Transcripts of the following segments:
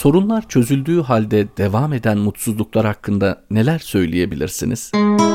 Sorunlar çözüldüğü halde devam eden mutsuzluklar hakkında neler söyleyebilirsiniz?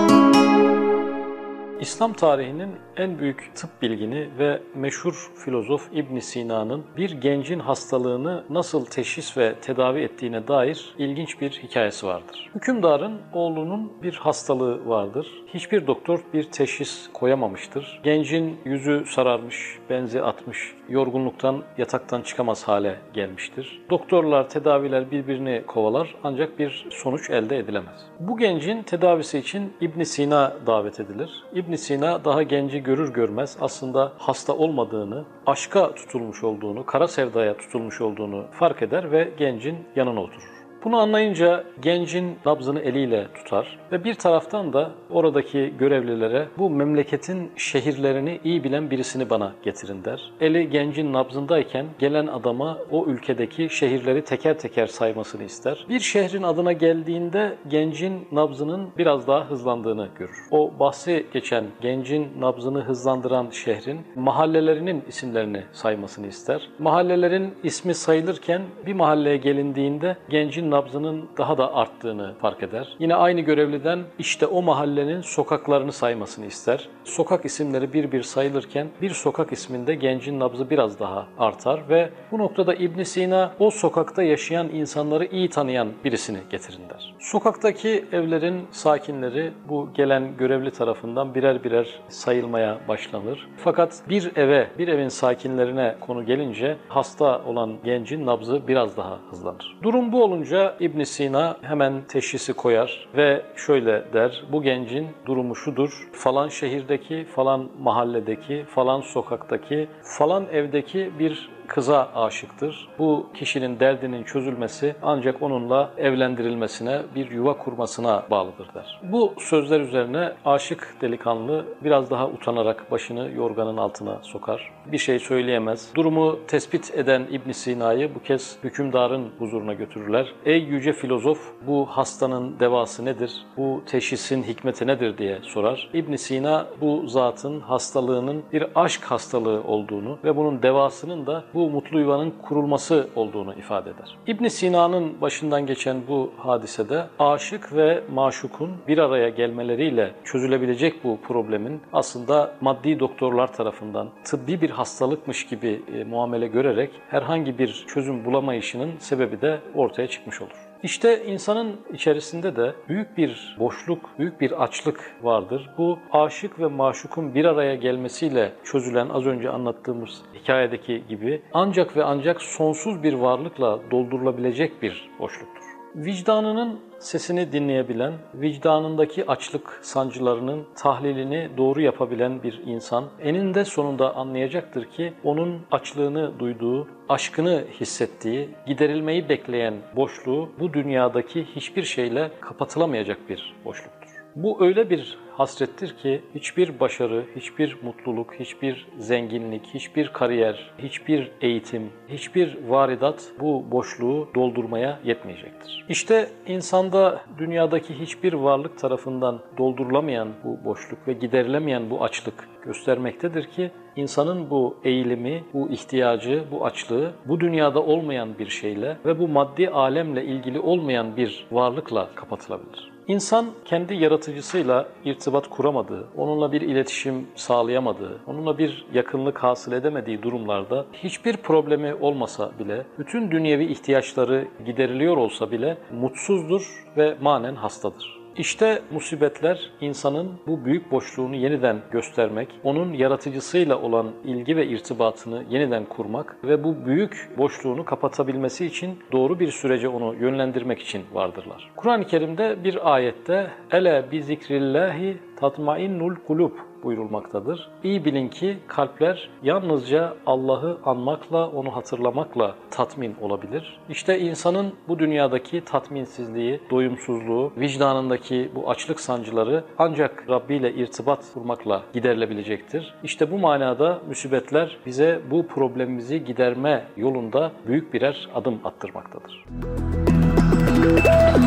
İslam tarihinin en büyük tıp bilgini ve meşhur filozof İbn Sina'nın bir gencin hastalığını nasıl teşhis ve tedavi ettiğine dair ilginç bir hikayesi vardır. Hükümdarın oğlunun bir hastalığı vardır. Hiçbir doktor bir teşhis koyamamıştır. Gencin yüzü sararmış, benzi atmış, yorgunluktan yataktan çıkamaz hale gelmiştir. Doktorlar, tedaviler birbirini kovalar ancak bir sonuç elde edilemez. Bu gencin tedavisi için İbn Sina davet edilir. İbn Sina daha genci görür görmez aslında hasta olmadığını, aşka tutulmuş olduğunu, kara sevdaya tutulmuş olduğunu fark eder ve gencin yanına oturur. Bunu anlayınca gencin nabzını eliyle tutar ve bir taraftan da oradaki görevlilere bu memleketin şehirlerini iyi bilen birisini bana getirin der. Eli gencin nabzındayken gelen adama o ülkedeki şehirleri teker teker saymasını ister. Bir şehrin adına geldiğinde gencin nabzının biraz daha hızlandığını görür. O bahsi geçen gencin nabzını hızlandıran şehrin mahallelerinin isimlerini saymasını ister. Mahallelerin ismi sayılırken bir mahalleye gelindiğinde gencin nabzının daha da arttığını fark eder. Yine aynı görevliden işte o mahallenin sokaklarını saymasını ister. Sokak isimleri bir bir sayılırken bir sokak isminde gencin nabzı biraz daha artar ve bu noktada İbn Sina o sokakta yaşayan insanları iyi tanıyan birisini getirin der. Sokaktaki evlerin sakinleri bu gelen görevli tarafından birer birer sayılmaya başlanır. Fakat bir evin sakinlerine konu gelince hasta olan gencin nabzı biraz daha hızlanır. Durum bu olunca İbn Sina hemen teşhisi koyar ve şöyle der: bu gencin durumu şudur, falan şehirdeki, falan mahalledeki, falan sokaktaki, falan evdeki bir kıza aşıktır. Bu kişinin derdinin çözülmesi ancak onunla evlendirilmesine, bir yuva kurmasına bağlıdır der. Bu sözler üzerine aşık delikanlı biraz daha utanarak başını yorganın altına sokar. Bir şey söyleyemez. Durumu tespit eden İbn Sina'yı bu kez hükümdarın huzuruna götürürler. Ey yüce filozof, bu hastanın devası nedir? Bu teşhisin hikmeti nedir diye sorar. İbn Sina bu zatın hastalığının bir aşk hastalığı olduğunu ve bunun devasının da bu mutlu yuvanın kurulması olduğunu ifade eder. İbn Sina'nın başından geçen bu hadisede aşık ve maşukun bir araya gelmeleriyle çözülebilecek bu problemin aslında maddi doktorlar tarafından tıbbi bir hastalıkmış gibi muamele görerek herhangi bir çözüm bulamayışının sebebi de ortaya çıkmış olur. İşte insanın içerisinde de büyük bir boşluk, büyük bir açlık vardır. Bu aşık ve maşukun bir araya gelmesiyle çözülen az önce anlattığımız hikayedeki gibi ancak ve ancak sonsuz bir varlıkla doldurulabilecek bir boşluktur. Vicdanının sesini dinleyebilen, vicdanındaki açlık sancılarının tahlilini doğru yapabilen bir insan eninde sonunda anlayacaktır ki onun açlığını duyduğu, aşkını hissettiği, giderilmeyi bekleyen boşluğu bu dünyadaki hiçbir şeyle kapatılamayacak bir boşluktur. Bu öyle bir hasrettir ki hiçbir başarı, hiçbir mutluluk, hiçbir zenginlik, hiçbir kariyer, hiçbir eğitim, hiçbir varidat bu boşluğu doldurmaya yetmeyecektir. İşte insanda dünyadaki hiçbir varlık tarafından doldurulamayan bu boşluk ve giderilemeyen bu açlık göstermektedir ki insanın bu eğilimi, bu ihtiyacı, bu açlığı bu dünyada olmayan bir şeyle ve bu maddi alemle ilgili olmayan bir varlıkla kapatılabilir. İnsan kendi yaratıcısıyla irtibat kuramadığı, onunla bir iletişim sağlayamadığı, onunla bir yakınlık hasıl edemediği durumlarda hiçbir problemi olmasa bile, bütün dünyevi ihtiyaçları gideriliyor olsa bile mutsuzdur ve manen hastadır. İşte musibetler insanın bu büyük boşluğunu yeniden göstermek, onun yaratıcısıyla olan ilgi ve irtibatını yeniden kurmak ve bu büyük boşluğunu kapatabilmesi için doğru bir sürece onu yönlendirmek için vardırlar. Kur'an-ı Kerim'de bir ayette "Ele bi zikrillahi tatmainnul kulub" buyurulmaktadır. İyi bilin ki kalpler yalnızca Allah'ı anmakla, onu hatırlamakla tatmin olabilir. İşte insanın bu dünyadaki tatminsizliği, doyumsuzluğu, vicdanındaki bu açlık sancıları ancak Rabbi ile irtibat kurmakla giderilebilecektir. İşte bu manada musibetler bize bu problemimizi giderme yolunda büyük birer adım attırmaktadır.